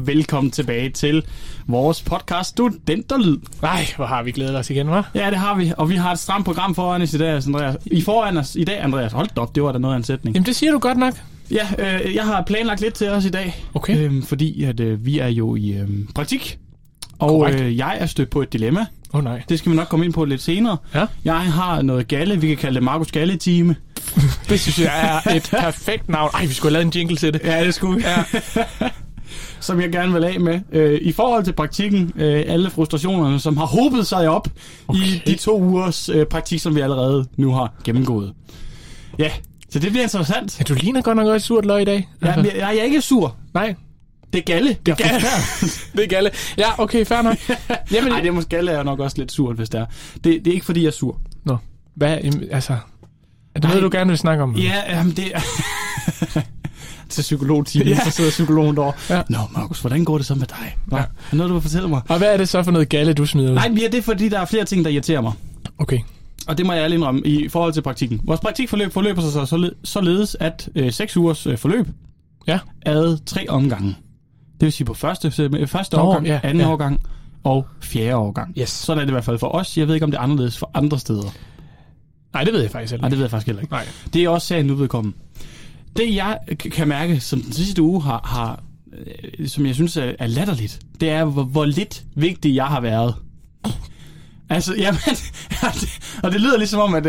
og velkommen tilbage til vores podcast Studenterlyd. Nej, hvor har vi glædet os igen, hva'? Ja, det har vi, og vi har et stramt program foran os i dag, Andreas. Foran os i dag, Andreas. Hold da op, det var da noget af en sætning. Jamen, det siger du godt nok. Ja, jeg har planlagt lidt til os i dag, okay. Fordi at, vi er jo i praktik, og jeg er stødt på et dilemma. Nej. Det skal vi nok komme ind på lidt senere. Ja. Jeg har noget galle, vi kan kalde det Markus Galle-time. Det synes jeg er et perfekt navn. Ej, vi skulle have lavet en jingle til det. Ja, det skulle vi. Ja. Som jeg gerne vil af med. I forhold til praktikken, alle frustrationerne, som har hobet sig op i de 2 ugers praktik, som vi allerede nu har gennemgået. Ja, så det bliver interessant. Ja, du ligner godt nok også surt løg i dag. Ja, men jeg er ikke sur. Nej. Det er galle. Det er galle. Ja, okay, fair nok. Jamen, nej, det er måske galle er jo nok også lidt surt, hvis det er. Det er ikke, fordi jeg er sur. Nå. Hvad, altså... Er det noget, du gerne vil snakke om? Ja, jamen det er... til psykologtimen, så sidder psykologen derovre. Ja. Nå, Markus, hvordan går det så med dig? Nå, er noget, du vil fortælle mig? Og hvad er det så for noget galle, du smider ud? Nej, det er fordi, der er flere ting, der irriterer mig. Okay. Og det må jeg ærligt indrømme i forhold til praktikken. Vores praktikforløb forløber sig således, at 6 ugers forløb ad 3 omgange. Det vil sige på første årgang, anden årgang og 4. årgang. Yes. Sådan er det i hvert fald for os. Jeg ved ikke, om det er anderledes for andre steder. Nej, det ved jeg faktisk heller ikke. Nej, det ved jeg faktisk heller ikke. Nej. Det er også sagen udvedkommende. Det jeg kan mærke, som den sidste uge har som jeg synes er latterligt, det er, hvor lidt vigtig jeg har været. Altså, jamen, og det lyder ligesom om, at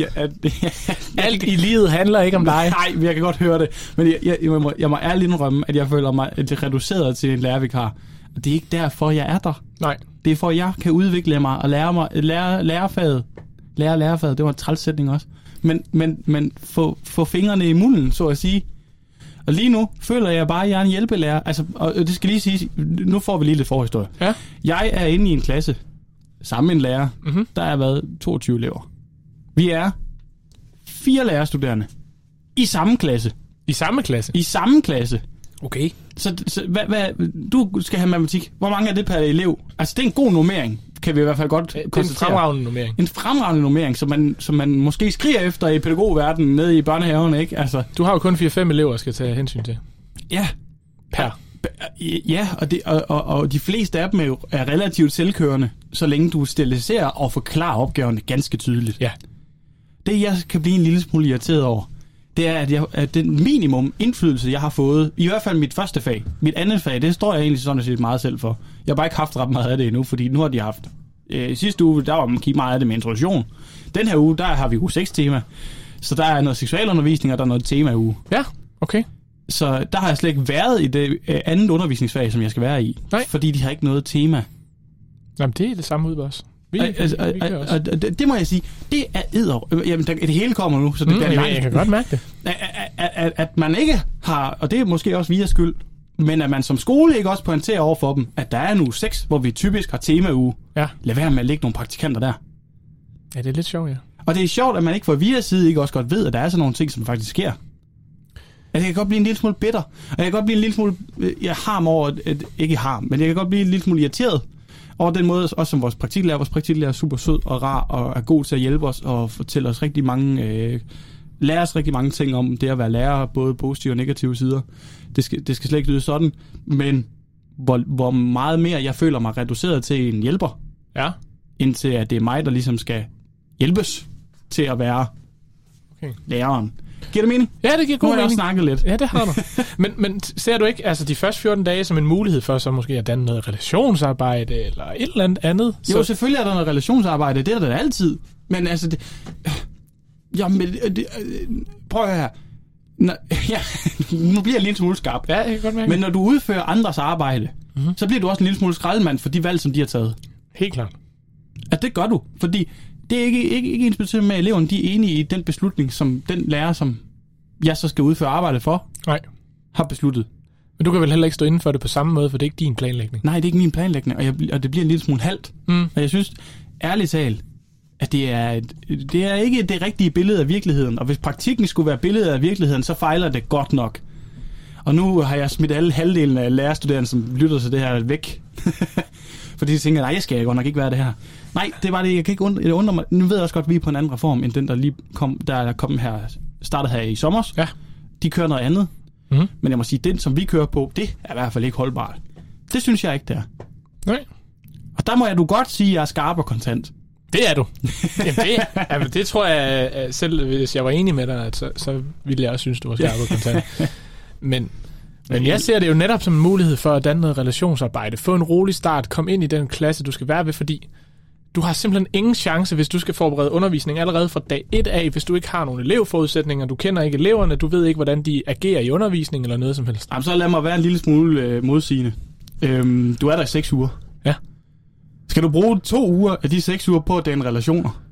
alt i livet handler ikke om dig. Nej, jeg kan godt høre det, men jeg må ærligt indrømme, at jeg føler mig reduceret til en lærervikar. Og det er ikke derfor, jeg er der. Nej. Det er for, at jeg kan udvikle mig og lære lærerfaget. Lærerfaget, det var en trælssætning også. Men få fingrene i mulden, så at sige. Og lige nu føler jeg bare, at jeg er en hjælpelærer. Altså, og det skal lige sige, nu får vi lige lidt forhistorie. Ja. Jeg er inde i en klasse, sammen med en lærer. Mm-hmm. Der har været 22 elever. Vi er 4 lærerstuderende i samme klasse. I samme klasse? I samme klasse. Okay. Så hvad, du skal have matematik. Hvor mange er det per elev? Altså, det er en god normering, kan vi i hvert fald godt konstatere. Det er en fremragende normering. En fremragende normering, som man måske skriger efter i pædagogverdenen nede i børnehaven, ikke? Altså, du har jo kun 4-5 elever, skal tage hensyn til. Ja. Per. Ja, og de fleste af dem er relativt selvkørende, så længe du steriliserer og forklarer opgaverne ganske tydeligt. Ja. Det, jeg kan blive en lille smule irriteret over, det er, at den minimum indflydelse, jeg har fået, i hvert fald mit første fag, mit andet fag, det står jeg egentlig sådan set meget selv for. Jeg har bare ikke haft ret meget af det endnu, fordi nu har de haft. Sidste uge, der var man kigge meget af det med introduktion. Den her uge, der har vi uge 6 tema. Så der er noget seksualundervisning, og der er noget tema-uge. Ja, okay. Så der har jeg slet ikke været i det andet undervisningsfag, som jeg skal være i. Nej. Fordi de har ikke noget tema. Jamen, det er det samme ude på os. Det må jeg sige, det er jamen, det hele kommer nu, så det bliver langt. Jeg kan godt mærke det. At man ikke har, og det er måske også via skyld, men at man som skole ikke også pointerer over for dem, at der er en uge 6, hvor vi typisk har temauge. Ja. Lad være med at lægge nogle praktikanter der. Ja, det er lidt sjovt, ja. Og det er sjovt, at man ikke fra via side ikke også godt ved, at der er sådan nogle ting, som faktisk sker. Jeg kan godt blive en lille smule bitter, og jeg kan godt blive en lille smule harm over, ikke harm, men jeg kan godt blive en lille smule irriteret over den måde, også som vores praktiklærer er super sød og rar og er god til at hjælpe os og fortælle os rigtig mange, lære os rigtig mange ting om det at være lærer, både positive og negative sider. Det skal slet ikke lyde sådan, men hvor meget mere jeg føler mig reduceret til en hjælper, indtil at det er mig, der ligesom skal hjælpes til at være læreren. Giver det mening? Ja, det giver god mening. Nu har jeg snakket lidt. Ja, det har du. men ser du ikke de første 14 dage som en mulighed for så måske at danne noget relationsarbejde eller et eller andet? Jo, selvfølgelig er der noget relationsarbejde. Det er der altid. Men altså... prøv at høre. Nu bliver jeg lidt smule skarp. Ja, jeg kan godt mærke. Men når du udfører andres arbejde, så bliver du også en lille smule skraldemand for de valg, som de har taget. Helt klart. Ja, det gør du. Fordi det er ikke ensbetydende med, at eleverne de er enige i den beslutning, som den lærer, som jeg så skal udføre arbejde for, har besluttet. Men du kan vel heller ikke stå inden for det på samme måde, for det er ikke din planlægning? Nej, det er ikke min planlægning, og det bliver en lille smule halvt. Og jeg synes, ærligt talt, at det er ikke det rigtige billede af virkeligheden. Og hvis praktikken skulle være billedet af virkeligheden, så fejler det godt nok. Og nu har jeg smidt alle halvdelen af lærerstuderende, som lytter til det her, væk. Fordi de tænker, nej, jeg skal godt nok ikke være det her. Nej, det er bare det, jeg kan ikke undre mig. Nu ved jeg også godt, at vi er på en anden reform, end den, der lige startede her i sommer. Ja. De kører noget andet. Men jeg må sige, den, som vi kører på, det er i hvert fald ikke holdbart. Det synes jeg ikke, det er. Nej. Og der må du godt sige, at jeg er skarp og kontant. Det er du. Jamen det tror jeg, selv hvis jeg var enig med dig, så ville jeg også synes, du var skarp og kontant. Men jeg ser det jo netop som en mulighed for at danne noget relationsarbejde. Få en rolig start, kom ind i den klasse, du skal være ved, fordi du har simpelthen ingen chance, hvis du skal forberede undervisning allerede fra dag 1 af, hvis du ikke har nogle elevforudsætninger, du kender ikke eleverne, du ved ikke, hvordan de agerer i undervisning eller noget som helst. Jamen, så lad mig være en lille smule modsigende. Du er der i 6 uger. Ja. Skal du bruge 2 uger af de 6 uger på at danne relationer?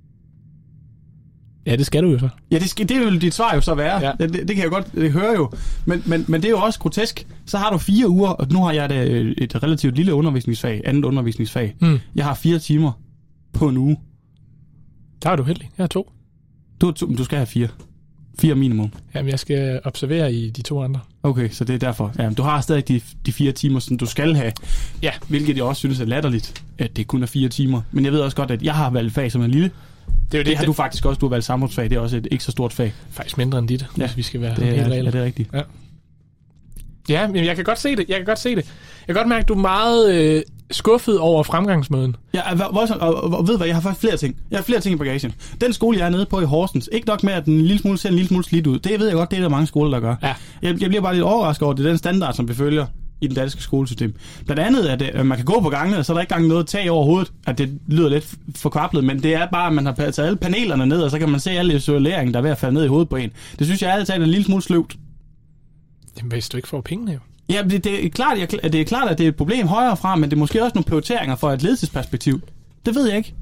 Ja, det skal du jo så. Ja, det vil dit svar jo så være. Ja. Det kan jeg godt høre jo. Men det er jo også grotesk. Så har du 4 uger, og nu har jeg et relativt lille undervisningsfag, andet undervisningsfag. Jeg har 4 timer på en uge. Der er du heldig. Jeg har 2. Du skal have 4. 4 minimum. Jamen, jeg skal observere i de 2 andre. Okay, så det er derfor. Ja, du har stadig de 4 timer, som du skal have. Ja. Hvilket jeg også synes er latterligt, at det kun er 4 timer. Men jeg ved også godt, at jeg har valgt fag som er lille. Det har du faktisk også. Du har valgt samfundsfag. Det er også et ikke så stort fag. Faktisk mindre end dit, hvis vi skal være helt reelle. Ja, det er rigtigt. Ja, men jeg kan godt se det. Jeg kan godt mærke, at du er meget skuffet over fremgangsmåden. Ja, og ved hvad, jeg har faktisk flere ting. Jeg har flere ting i bagagen. Den skole, jeg er nede på i Horsens, ikke nok med, at den ser en lille smule slidt ud. Det ved jeg godt, det er der mange skoler, der gør. Ja. Jeg bliver bare lidt overrasket over, det er den standard, som vi følger i den danske skolesystem. Blandt andet, at man kan gå på gangene, og så er der ikke engang noget tag over hovedet. At det lyder lidt forkvablet, men det er bare, at man har taget alle panelerne ned, og så kan man se alle isoleringen, der er ved at falde ned i hovedet på en. Det synes jeg altid er en lille smule sløvt. Jamen, hvis du ikke får pengene jo. Ja, det er klart, at det er et problem højere fra, men det er måske også nogle prioriteringer fra et ledelsesperspektiv. Det ved jeg ikke.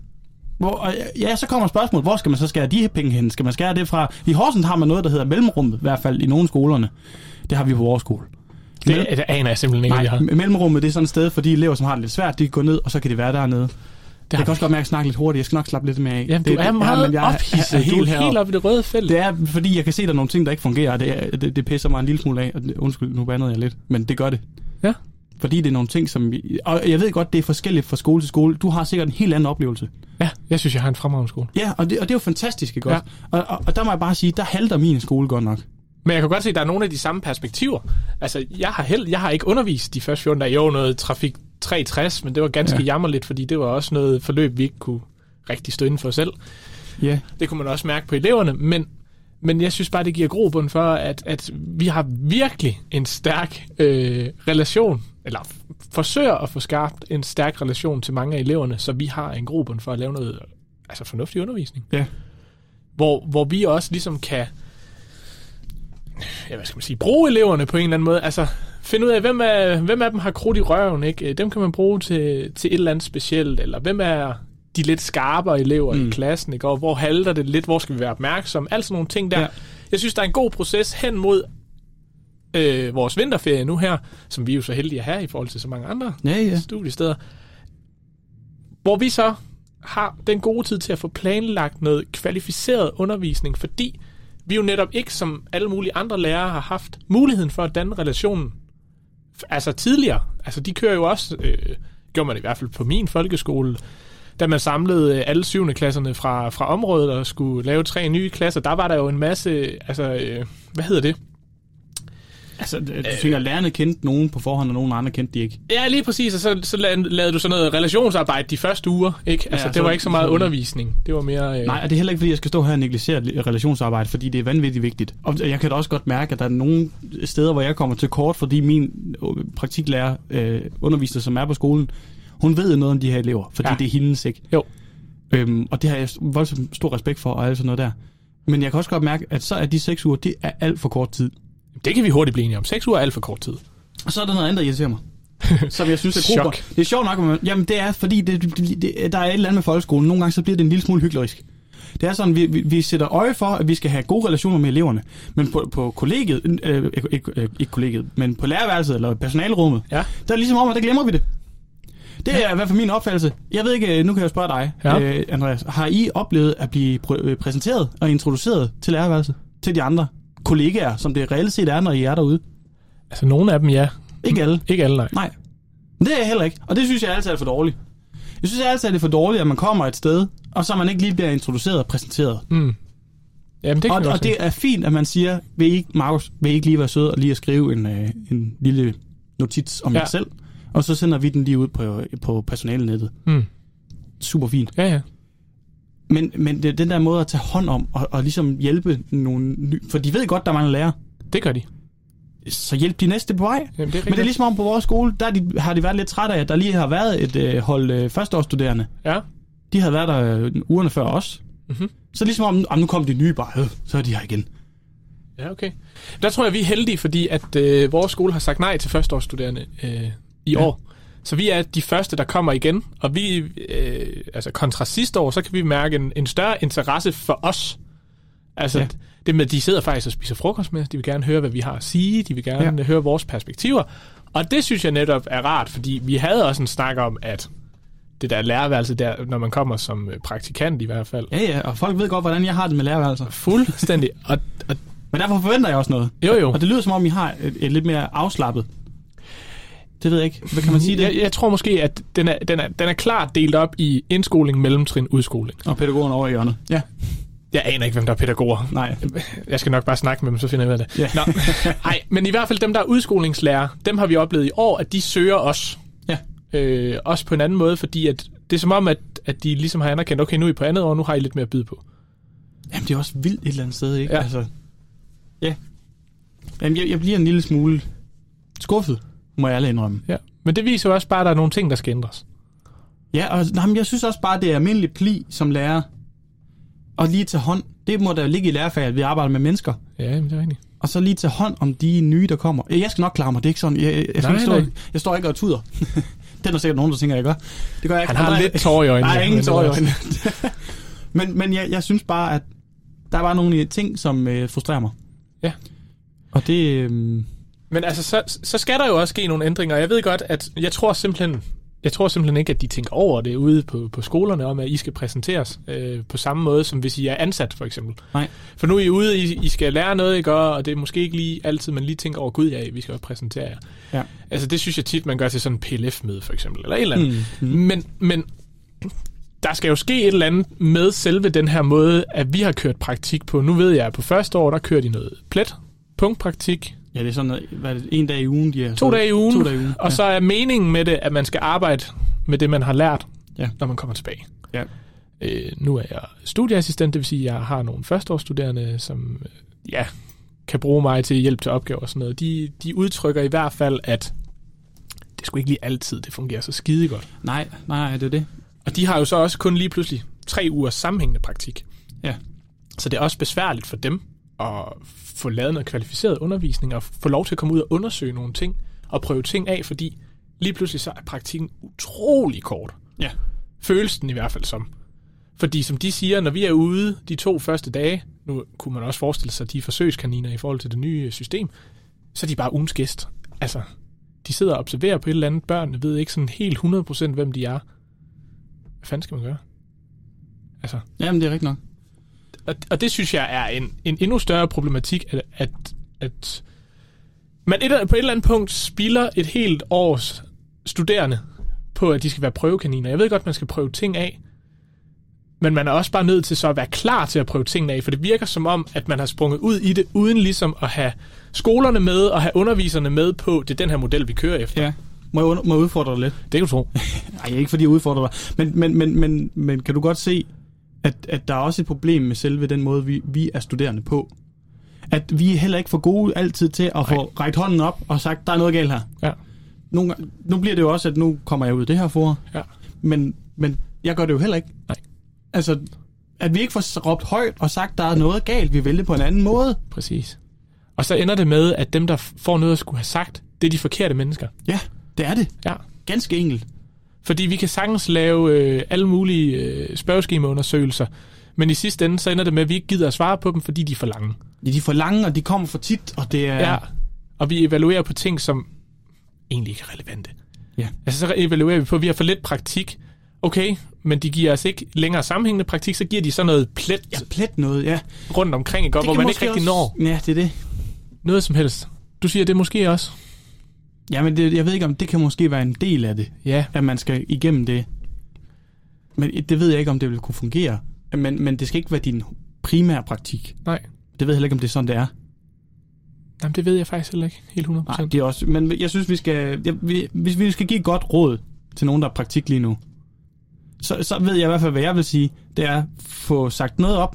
Så kommer spørgsmålet, hvor skal man så skære de her penge hen? Skal man skære det fra? I Horsens har man noget, der hedder mellemrummet, i hvert fald i nogle skolerne. Det har vi på vores skole. Det aner jeg simpelthen ikke, vi har. Mellemrummet, det er sådan et sted for de elever, som har det lidt svært, de kan gå ned, og så kan de være dernede. Jeg kan også godt mærke at snakke lidt hurtigt. Jeg skal nok slappe lidt mere af. Jamen, du er meget ophidset. Du er helt oppe i det røde felt. Det er, fordi jeg kan se, at der er nogle ting, der ikke fungerer. Det pisser mig en lille smule af. Undskyld, nu bandede jeg lidt. Men det gør det. Ja. Fordi det er nogle ting, som... Og jeg ved godt, det er forskelligt fra skole til skole. Du har sikkert en helt anden oplevelse. Ja, jeg synes, jeg har en fremragende skole. Ja, og det er jo fantastisk, ikke godt? Ja. Og der må jeg bare sige, der halter min skole godt nok. Men jeg kan godt se, at der er nogle af de samme perspektiver. Altså, jeg har ikke undervist de første 14 dage. Jo, noget trafik 360, men det var ganske jammerligt, fordi det var også noget forløb, vi ikke kunne rigtig stå inden for os selv. Ja. Det kunne man også mærke på eleverne, men jeg synes bare, det giver grobund for, at vi har virkelig en stærk relation, eller forsøger at få skabt en stærk relation til mange af eleverne, så vi har en grobund for at lave noget fornuftig undervisning. Ja. Hvor vi også ligesom kan bruge eleverne på en eller anden måde. Altså, finde ud af, hvem af dem har krudt i røven, ikke? Dem kan man bruge til et eller andet specielt, eller hvem er de lidt skarpere elever i klassen, ikke? Og hvor halter det lidt, hvor skal vi være opmærksomme, alt sådan nogle ting der. Ja. Jeg synes, der er en god proces hen mod vores vinterferie nu her, som vi er jo så heldige at have i forhold til så mange andre studiesteder, hvor vi så har den gode tid til at få planlagt noget kvalificeret undervisning, fordi vi jo netop ikke, som alle mulige andre lærere, har haft muligheden for at danne relationen tidligere. Altså, de kører jo også, gjorde man i hvert fald på min folkeskole, da man samlede alle 7. klasserne fra området og skulle lave 3 nye klasser, der var der jo en masse, hvad hedder det? Altså, du tænker, at lærerne kendte nogen på forhånd, og nogen andre kendte de ikke? Ja, lige præcis, og så lavede du sådan noget relationsarbejde de første uger, ikke? Altså, det var ikke så meget undervisning, det var mere... Nej, og det er heller ikke, fordi jeg skal stå her og negligere relationsarbejde, fordi det er vanvittigt vigtigt. Og jeg kan da også godt mærke, at der er nogle steder, hvor jeg kommer til kort, fordi min praktiklærer, underviser, som er på skolen, hun ved noget om de her elever, fordi det er hendes, ikke? Jo. Og det har jeg voldsomt stor respekt for, og alt sådan noget der. Men jeg kan også godt mærke, at så er de 6 uger, det er alt for kort tid. Det kan vi hurtigt blive enige om. 6 uger er alt for kort tid. Og så er der noget andet, der irriterer mig. Som jeg synes er gruber. Det er sjovt nok, jamen det er, fordi der er et eller andet med folkeskolen. Nogle gange så bliver det en lille smule hyklerisk. Det er sådan, vi sætter øje for, at vi skal have gode relationer med eleverne. Men på kollegiet, ikke kollegiet, men på lærerværelset eller personalerummet, der er ligesom om, at der glemmer vi det. Det er i hvert fald min opfattelse. Jeg ved ikke, nu kan jeg spørge dig, Andreas. Har I oplevet at blive præsenteret og introduceret til lærerværelset? Til de andre kollegaer, som det reelt set er, når I er derude? Altså, nogle af dem, ja. Ikke alle? Ikke alle, nej. Nej. Men det er jeg heller ikke. Og det synes jeg altid er for dårligt. Jeg synes altid, at det er for dårligt, at man kommer et sted, og så man ikke lige bliver introduceret og præsenteret. Mm. Jamen, det og det er fint, at man siger, Markus, vil I ikke lige være sød og lige at skrive en lille notits om jer selv? og så sender vi den lige ud på personalenettet. Super fint. Ja. Men det er den der måde at tage hånd om, og ligesom hjælpe nogle for de ved godt, der mangler lærere. Det gør de. Så hjælp de næste på vej. Jamen, men det er ligesom om på vores skole, der har de været lidt trætte af, at der lige har været et hold førsteårsstuderende. Ja. De havde været der ugerne før os. Mm-hmm. Så ligesom om nu kom de nye bare, så er de her igen. Ja, okay. Der tror jeg, vi er heldige, fordi at vores skole har sagt nej til førsteårsstuderende i år. Så vi er de første, der kommer igen. Og vi, altså kontra sidste år, så kan vi mærke en større interesse for os. Altså det med, de sidder faktisk og spiser frokost med os. De vil gerne høre, hvad vi har at sige. De vil gerne høre vores perspektiver. Og det synes jeg netop er rart, fordi vi havde også en snak om, at det der lærerværelse der, når man kommer som praktikant i hvert fald. Ja, og folk ved godt, hvordan jeg har det med lærerværelser. Fuldstændig. Men derfor forventer jeg også noget. Jo. Og det lyder som om, I har et lidt mere afslappet. Det ved jeg ikke. Hvad kan man sige det? Jeg tror måske, at den er klart delt op i indskoling, mellemtrin, udskoling. Og pædagogerne over i hjørnet. Ja. Jeg aner ikke, hvem der er pædagoger. Nej. Jeg skal nok bare snakke med dem, så finder jeg ud af det. Ja. Nej, men i hvert fald dem, der er udskolingslærer, dem har vi oplevet i år, at de søger os. Ja. Også på en anden måde, fordi at det er som om, at de ligesom har anerkendt, okay, nu er I på andet år, nu har I lidt mere at byde på. Jamen, det er også vildt et eller andet sted, ikke? Ja. Altså, ja. Jamen, jeg bliver en lille smule skuffet, må jeg alle indrømme. Ja. Men det viser jo også bare, at der er nogle ting, der skal ændres. Ja, og jeg synes også bare, det er almindelig pli som lærer at lige tage hånd. Det må der ligge i lærerfaget, at vi arbejder med mennesker. Ja, men det er rigtigt. Og så lige tage hånd om de nye, der kommer. Jeg skal nok klare mig, det er ikke sådan. Jeg står ikke og tuder. Det er der sikkert nogen, der tænker, jeg gør. Det gør jeg ikke. Han har lidt tår i øjnene. Nej, ingen tår i øjnene. men jeg synes bare, at der er bare nogle ting, som frustrerer mig. Ja. Og det... Men altså, så skal der jo også ske nogle ændringer. Jeg ved godt, at jeg tror simpelthen ikke, at de tænker over det ude på skolerne, om at I skal præsenteres på samme måde, som hvis I er ansat, for eksempel. Nej. For nu er I ude, I skal lære noget, I gør, og det er måske ikke lige altid, man lige tænker over, gud ja, vi skal også præsentere jer. Ja. Altså, det synes jeg tit, man gør til sådan en PLF-møde, for eksempel, eller et eller andet. Men der skal jo ske et eller andet med selve den her måde, at vi har kørt praktik på. Nu ved jeg, at på første år, der kører de noget punktpraktik. Ja, det er sådan noget, hvad er det, en dag i ugen? De er 2 dage i ugen. 2 dage i ugen. Og så er meningen med det, at man skal arbejde med det, man har lært, når man kommer tilbage. Ja. Nu er jeg studieassistent, det vil sige, at jeg har nogle førsteårsstuderende, som kan bruge mig til hjælp til opgaver og sådan noget. De udtrykker i hvert fald, at det sgu ikke lige altid, det fungerer så skide godt. Nej, det er det. Og de har jo så også kun lige pludselig 3 ugers sammenhængende praktik. Ja. Så det er også besværligt for dem at få lavet noget kvalificeret undervisning og få lov til at komme ud og undersøge nogle ting og prøve ting af, fordi lige pludselig så er praktikken utrolig kort. Ja. Føles den i hvert fald som. Fordi som de siger, når vi er ude de 2 første dage, nu kunne man også forestille sig, at de er forsøgskaniner i forhold til det nye system, så er de bare ugens gæst. Altså, de sidder og observerer på et eller andet. Børnene ved ikke sådan helt 100% hvem de er. Hvad fanden skal man gøre? Altså. Jamen, det er rigtigt nok. Og det synes jeg er en endnu større problematik, at man på et eller andet punkt spilder et helt års studerende på, at de skal være prøvekaniner. Jeg ved godt, man skal prøve ting af, men man er også bare nødt til så at være klar til at prøve tingene af, for det virker som om, at man har sprunget ud i det, uden ligesom at have skolerne med og have underviserne med på, det er den her model, vi kører efter. Ja. Må jeg udfordre dig lidt? Det kan du tro. Nej, ikke fordi jeg udfordrer dig. Men kan du godt se, at der er også et problem med selve den måde, vi er studerende på. At vi er heller ikke for gode altid til at få rækket hånden op og sagt, der er noget galt her. Ja. Nu bliver det jo også, at nu kommer jeg ud af det her for. Ja. Men jeg gør det jo heller ikke. Nej. Altså, at vi ikke får råbt højt og sagt, der er noget galt, vi vælger på en anden måde. Præcis. Og så ender det med, at dem, der får noget at skulle have sagt, det er de forkerte mennesker. Ja, det er det. Ja. Ganske enkelt. Fordi vi kan sagtens lave alle mulige spørgeskemaundersøgelser, men i sidste ende, så ender det med, at vi ikke gider at svare på dem, fordi de er for lange. Ja, de er for lange, og de kommer for tit, og det er... Ja, og vi evaluerer på ting, som egentlig ikke er relevante. Ja. Altså, så evaluerer vi på, at vi har for lidt praktik. Okay, men de giver os ikke længere sammenhængende praktik, så giver de så noget plet. Ja, plet noget, ja. Rundt omkring, ikke? Hvor man ikke rigtig når. Ja, det er det. Noget som helst. Du siger, det måske også. Ja, men jeg ved ikke, om det kan måske være en del af det. Ja. At man skal igennem det. Men det ved jeg ikke, om det vil kunne fungere. Men det skal ikke være din primære praktik. Nej. Det ved jeg heller ikke, om det er sådan, det er. Jamen, det ved jeg faktisk heller ikke helt 100%. Nej, det er også... Men jeg synes, hvis vi skal give et godt råd til nogen, der er praktik lige nu, så ved jeg i hvert fald, hvad jeg vil sige. Det er, få sagt noget op,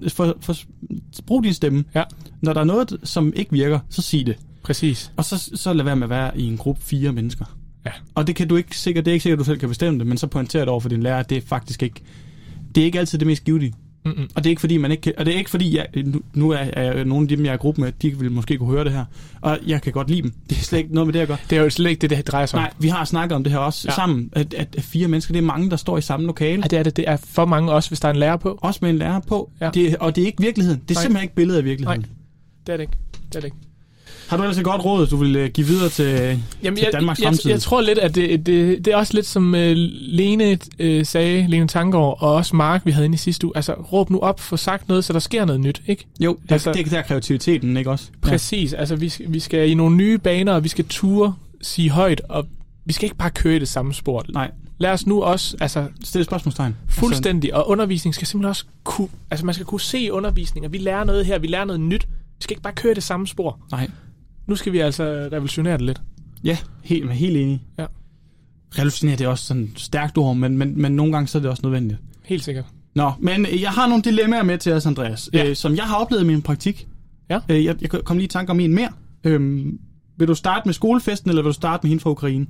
brug din stemme. Ja. Når der er noget, som ikke virker, så sig det. Præcis. Og så lad være med at være i en gruppe 4 mennesker. Ja. Og det er ikke sikkert, at du selv kan bestemme det, men så pointerer det over for din lærer, at det er faktisk ikke... Det er ikke altid det mest givtige. Mm-mm. Og det er ikke fordi, man ikke kan... Og det er ikke fordi, nu er nogle af dem, jeg er i gruppe med, de vil måske kunne høre det her. Og jeg kan godt lide dem. Det er slet ikke noget med det at gøre. Det er jo slet ikke det drejer sig om. Nej, vi har snakket om det her også sammen, at 4 mennesker, det er mange, der står i samme lokale. Ja, det er det. Det er for mange også, hvis der er en lærer på. Også med en lærer på. Ja. Og det er ikke virkeligheden. Det er simpelthen ikke billedet af virkeligheden. Nej, det er det ikke. Har du ellers et godt råd, du vil give videre til Danmarks fremtid? Jeg tror lidt, at det er også lidt som Lene sagde, Lene Tanggaard, og også Mark, vi havde inde i sidste uge. Altså, råb nu op, få sagt noget, så der sker noget nyt, ikke? Jo, det er der kreativiteten, ikke også? Præcis. Altså, vi skal i nogle nye baner, og vi skal ture, sige højt, og vi skal ikke bare køre i det samme spor. Nej. Lad os nu også stille spørgsmålstegn. Fuldstændig. Og undervisning skal simpelthen også kunne... Altså, man skal kunne se undervisning, og vi lærer noget her, vi lærer noget nyt. Vi skal ikke bare køre i det samme spor. Nej. Nu skal vi altså revolutionere det lidt. Ja, helt enig. Ja. Revolutionere, det er også sådan et stærkt ord, men nogle gange så er det også nødvendigt. Helt sikkert. Nå, men jeg har nogle dilemmaer med til os, Andreas, som jeg har oplevet i min praktik. Ja. Jeg kom lige i tanke om en mere. Vil du starte med skolefesten, eller vil du starte med hende fra Ukraine?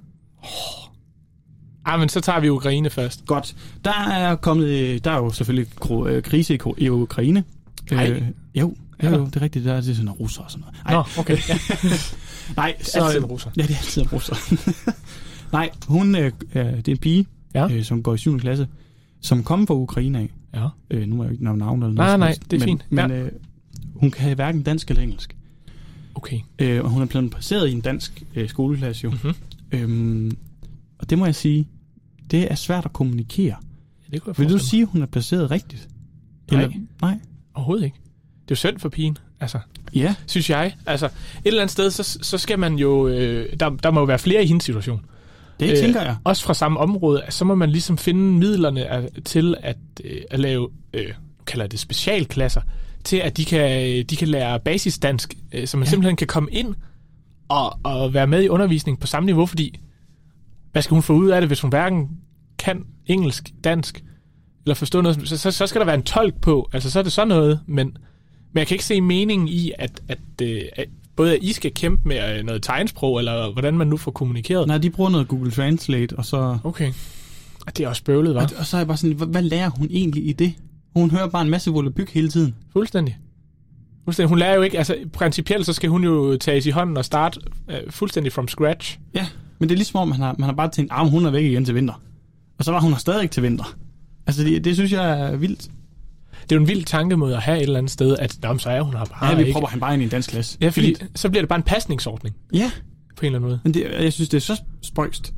Men så tager vi Ukraine først. Godt. Der er jo selvfølgelig krise i Ukraine. Jo, det er rigtigt. Der er sådan noget russer og sådan noget. Nå, okay. Ja. Nej, så... Altid en russer. Ja, det er altid en russer. Nej, hun det er en pige, som går i 7. klasse, som kommer fra Ukraine af. Ja. Nu må jeg ikke nævne navn eller noget. Nej, det er fint. Men hun kan hverken dansk eller engelsk. Okay. Og hun er blevet placeret i en dansk skoleklasse jo. Mm-hmm. Og det må jeg sige, det er svært at kommunikere. Ja, det vil du sige, at hun er placeret rigtigt? Nej. Overhovedet ikke. Det er jo synd for pigen, altså. Ja. Synes jeg. Altså, et eller andet sted, så skal man jo... Der må jo være flere i hendes situation. Det tænker jeg. Også fra samme område. Så må man ligesom finde midlerne til at lave, kalder det specialklasser, til at de kan lære basisdansk, så man simpelthen kan komme ind og være med i undervisning på samme niveau, fordi hvad skal hun få ud af det, hvis hun hverken kan engelsk, dansk, eller forstå noget, så skal der være en tolk på, altså så er det sådan noget, men jeg kan ikke se meningen i, at både at I skal kæmpe med noget tegnsprog, eller hvordan man nu får kommunikeret. Nej, de bruger noget Google Translate, og så... Okay. Og det er også bøvlet, hva'? Og så er jeg bare sådan, hvad lærer hun egentlig i det? Hun hører bare en masse volapyk hele tiden. Fuldstændig. Hun lærer jo ikke, altså principielt så skal hun jo tages i hånden og starte fuldstændig from scratch. Ja, men det er ligesom om, man har bare tænkt, hun er væk igen til vinter. Og så var hun stadig ikke til vinter. Altså det synes jeg er vildt. Det er jo en vild tankemåde at have et eller andet sted, at så er hun her bare. Ja, vi prøver han bare ind i en dansk klasse. Ja, fordi så bliver det bare en pasningsordning. Ja. På en eller anden måde. Men jeg synes, det er så spøjst.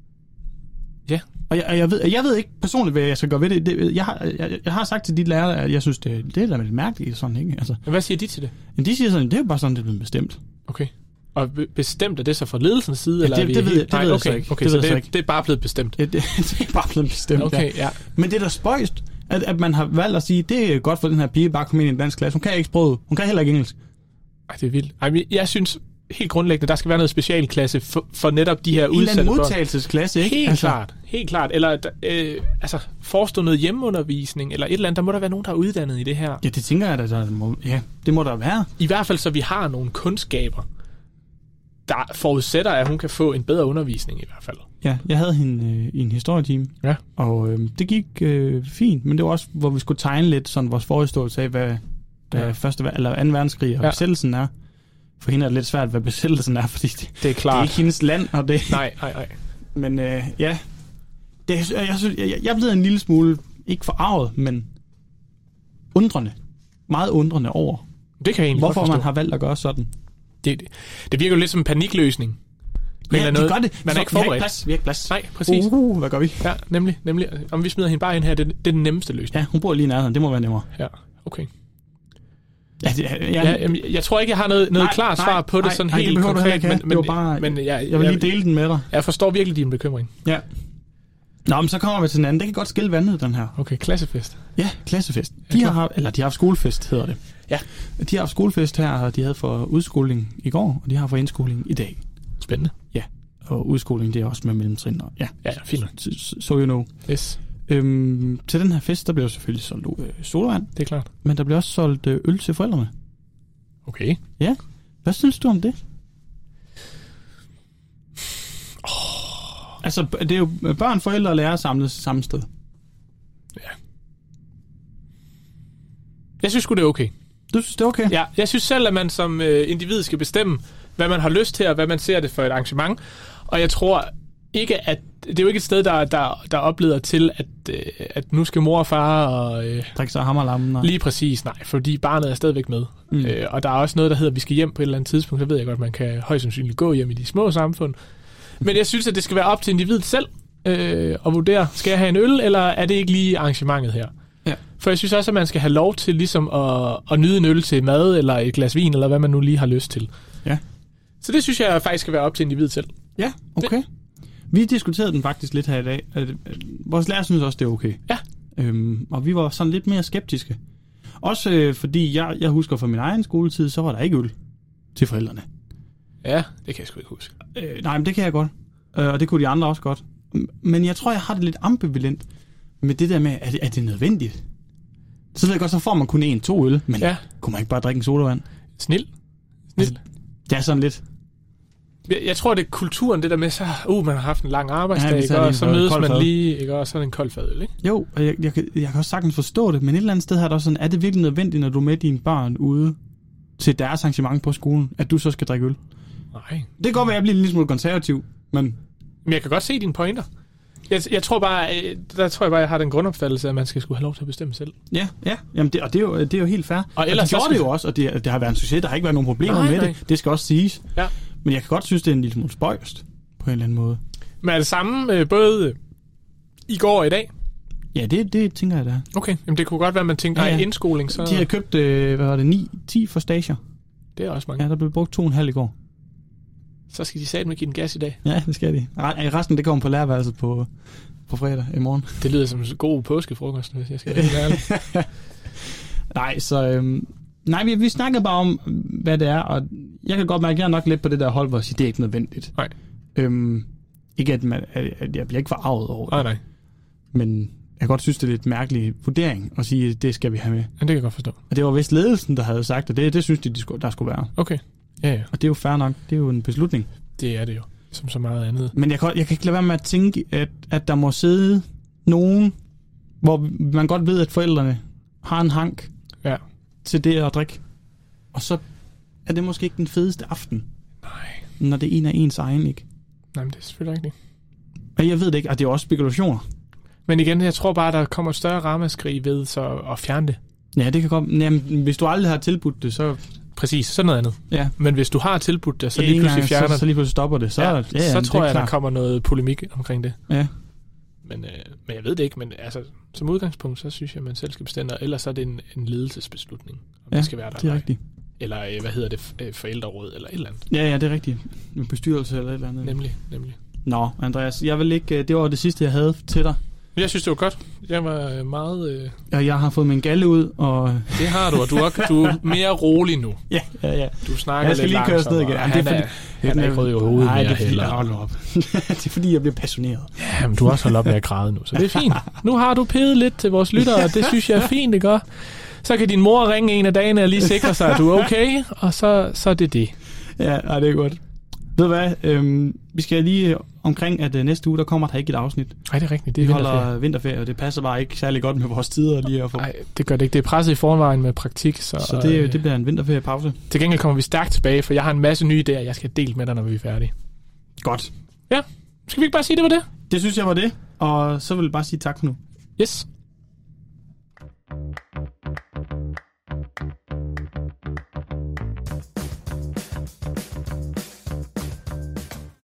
Ja. Og jeg ved ikke personligt, hvad jeg skal gøre ved det. Jeg har sagt til de lærere, at jeg synes, det er da lidt mærkeligt sådan, ikke? Altså, men hvad siger de til det? Men de siger sådan, det er jo bare sådan, det er blevet bestemt. Okay. Og bestemt er det så fra ledelsens side? Ja, eller det ved jeg så ikke. Okay, så det er bare blevet bestemt? Det er bare blevet bestemt, okay, ja. Men det er da spøjst, at man har valgt at sige, det er godt for den her pige bare at komme ind i en dansk klasse. Hun kan ikke sproget. Hun kan heller ikke engelsk. Ej, det er vildt. Jeg synes helt grundlæggende, der skal være noget specialklasse for netop de her udsatte børn. En modtagelsesklasse, ikke? Helt klart. Eller forestå noget hjemmeundervisning, eller et eller andet. Der må der være nogen, der er uddannet i det her. Ja, det tænker jeg da. Ja, det må der være. I hvert fald, så vi har nogle kundskaber, der forudsætter, at hun kan få en bedre undervisning i hvert fald. Ja, jeg havde hende i en historietime, og det gik fint, men det var også, hvor vi skulle tegne lidt sådan vores forhistorelse af, hvad første eller anden verdenskrig og besættelsen er. For hende er det lidt svært, hvad besættelsen er, fordi det er klart. Det er ikke hendes land. Og det, nej. Men ja, jeg er blevet en lille smule, ikke forarvet, men undrende. Meget undrende over, det kan jeg hvorfor man har valgt at gøre sådan. Det virker jo lidt som en panikløsning. Ja, det gør det. Man er ikke forberedt. Vi har ikke plads. Nej, præcis. Hvad gør vi? Ja, nemlig. Om vi smider hende bare ind her, det er den nemmeste løsning. Ja, hun bor lige nærheden. Det må være nemmere. Ja, okay. Ja, jeg tror ikke, jeg har noget klart svar på det sådan helt det konkret. Men jeg vil lige dele den med dig. Jeg forstår virkelig din bekymring. Ja. Nå, men så kommer vi til den anden. Det kan godt skille vandet, den her. Okay, klassefest. Ja, klassefest. De har haft skolefest, hedder det. Ja. De har haft skolefest her, og de havde for udskoling i går, og de har for indskoling i dag. Spændende. Ja, og udskoling, det er også med mellemtrin. Ja, fint. So you know. Yes. Til den her fest, der bliver selvfølgelig solgt sodavand. Det er klart. Men der bliver også solgt øl til forældrene. Okay. Ja. Hvad synes du om det? Altså, det er jo børn, forældre og lærere samlet samme sted. Ja. Jeg synes sgu, det er okay. Du synes, det er okay? Ja, jeg synes selv, at man som individ skal bestemme, hvad man har lyst til, og hvad man ser det for et arrangement. Og jeg tror ikke, at det er jo ikke et sted, der opleder til, at nu skal mor og far og... drikke sig hammerlammen. Lige præcis, nej, fordi barnet er stadigvæk med. Og der er også noget, der hedder, at vi skal hjem på et eller andet tidspunkt. Så ved jeg godt, at man kan højst sandsynligt gå hjem i de små samfund. Men jeg synes, at det skal være op til individet selv at vurdere, skal jeg have en øl, eller er det ikke lige arrangementet her? Ja. For jeg synes også, at man skal have lov til ligesom at nyde en øl til mad, eller et glas vin, eller hvad man nu lige har lyst til. Ja. Så det synes jeg faktisk skal være op til individet selv. Ja, okay. Vi diskuterede den faktisk lidt her i dag. Vores lærer synes også, det er okay. Ja. Og vi var sådan lidt mere skeptiske. Også fordi jeg husker fra min egen skoletid, så var der ikke øl til forældrene. Ja, det kan jeg sgu ikke huske. Nej, men det kan jeg godt. Og det kunne de andre også godt. Men jeg tror, jeg har det lidt ambivalent med det der med, er det nødvendigt? Så ved jeg godt, så får man kun 1-2 øl, men kunne man ikke bare drikke en sodavand? Snil. Altså, det er sådan lidt... Jeg tror, det er kulturen, det der med, så man har haft en lang arbejdsdag, og så mødes man lige, ikke? Og så er det en kold fadøl, ikke? Jo, og jeg kan også sagtens forstå det, men et eller andet sted har det også sådan, er det virkelig nødvendigt, når du er med dine børn ude til deres arrangement på skolen, at du så skal drikke øl? Nej. Det kan godt være, at jeg bliver en lille smule konservativ, men jeg kan godt se dine pointer. Jeg tror bare, jeg har den grundopfattelse, at man skal skulle have lov til at bestemme selv. Ja. Jamen det er jo helt fair. Og ellers det gjorde det jo også, og det har været en succes. Der har ikke været nogen problemer med det. Det skal også siges. Ja. Men jeg kan godt synes, det er en lille smule spøjst på en eller anden måde. Men er det samme både i går og i dag? Ja, det tænker jeg da. Okay, jamen det kunne godt være, at man tænker, indskoling, så... De har købt, 10 for stager. Det er også mange. Ja, der blev brugt 2,5 i går. Så skal de satme give den gas i dag. Ja, det skal de. Resten, det kommer på lærerværelset på fredag i morgen. Det lyder som en god påskefrokost, hvis jeg skal være ærlig. Nej, så... Nej, vi snakkede bare om, hvad det er, og jeg kan godt mærke, at jeg er nok lidt på det der hold, hvor jeg siger, det er ikke nødvendigt. Nej. Ikke at jeg bliver ikke forarvet over det. Nej. Men jeg kan godt synes, det er lidt mærkelig vurdering at sige, at det skal vi have med. Ja, det kan jeg godt forstå. Og det var vist ledelsen, der havde sagt, og det synes de, der skulle være. Okay. Ja. Og det er jo fair nok. Det er jo en beslutning. Det er det jo, som så meget andet. Men jeg kan ikke lade være med at tænke, at der må sidde nogen, hvor man godt ved, at forældrene har en hank til det at drikke. Og så er det måske ikke den fedeste aften. Nej. Når det er en af ens egen, ikke? Nej, men det er selvfølgelig ikke. Og jeg ved det ikke, og det er også spekulationer. Men igen, jeg tror bare, der kommer et større ramaskrig ved så at fjerne det. Ja, det kan godt. Jamen, hvis du aldrig har tilbudt det, så... Præcis, så noget andet. Ja. Men hvis du har tilbudt det, så lige pludselig fjerner det. Så lige pludselig stopper det. Så tror jeg, der kommer noget polemik omkring det. Ja. Men jeg ved det ikke, men altså, som udgangspunkt, så synes jeg, at man selv skal bestemme, ellers så er det en ledelsesbeslutning, om det skal være der. Det er rigtigt. Eller, hvad hedder det, forældreråd, eller et eller andet. Ja, det er rigtigt. En bestyrelse eller et eller andet. Nemlig. Nå, Andreas, jeg vil ikke, det var det sidste, jeg havde til dig. Jeg synes, det var godt. Jeg var meget... Jeg har fået min galle ud, og... Det har du, og du er mere rolig nu. Ja. Du snakker lidt langsomt. Jeg skal lige køre afsted igen. Han er ikke rød i hovedet. Nej, det er fordi, det er fordi, jeg bliver passioneret. Ja, men du har også holdt op med at græde nu, så det er fint. Nu har du pedet lidt til vores lyttere, og det synes jeg er fint, det gør. Så kan din mor ringe en af dagene og lige sikre sig, at du er okay, og så er det det. Ja, det er godt. Ved du hvad? Vi skal lige omkring, at næste uge, der kommer der ikke et afsnit. Nej, det er rigtigt. Det er vi holder vinterferie, og det passer bare ikke særlig godt med vores tider lige at få. Nej, det gør det ikke. Det er presset i forvejen med praktik. Så det bliver en vinterferiepause. Til gengæld kommer vi stærkt tilbage, for jeg har en masse nye idéer, jeg skal dele med dig, når vi er færdige. Godt. Ja. Skal vi ikke bare sige, det var det? Det synes jeg var det. Og så vil jeg bare sige tak for nu. Yes.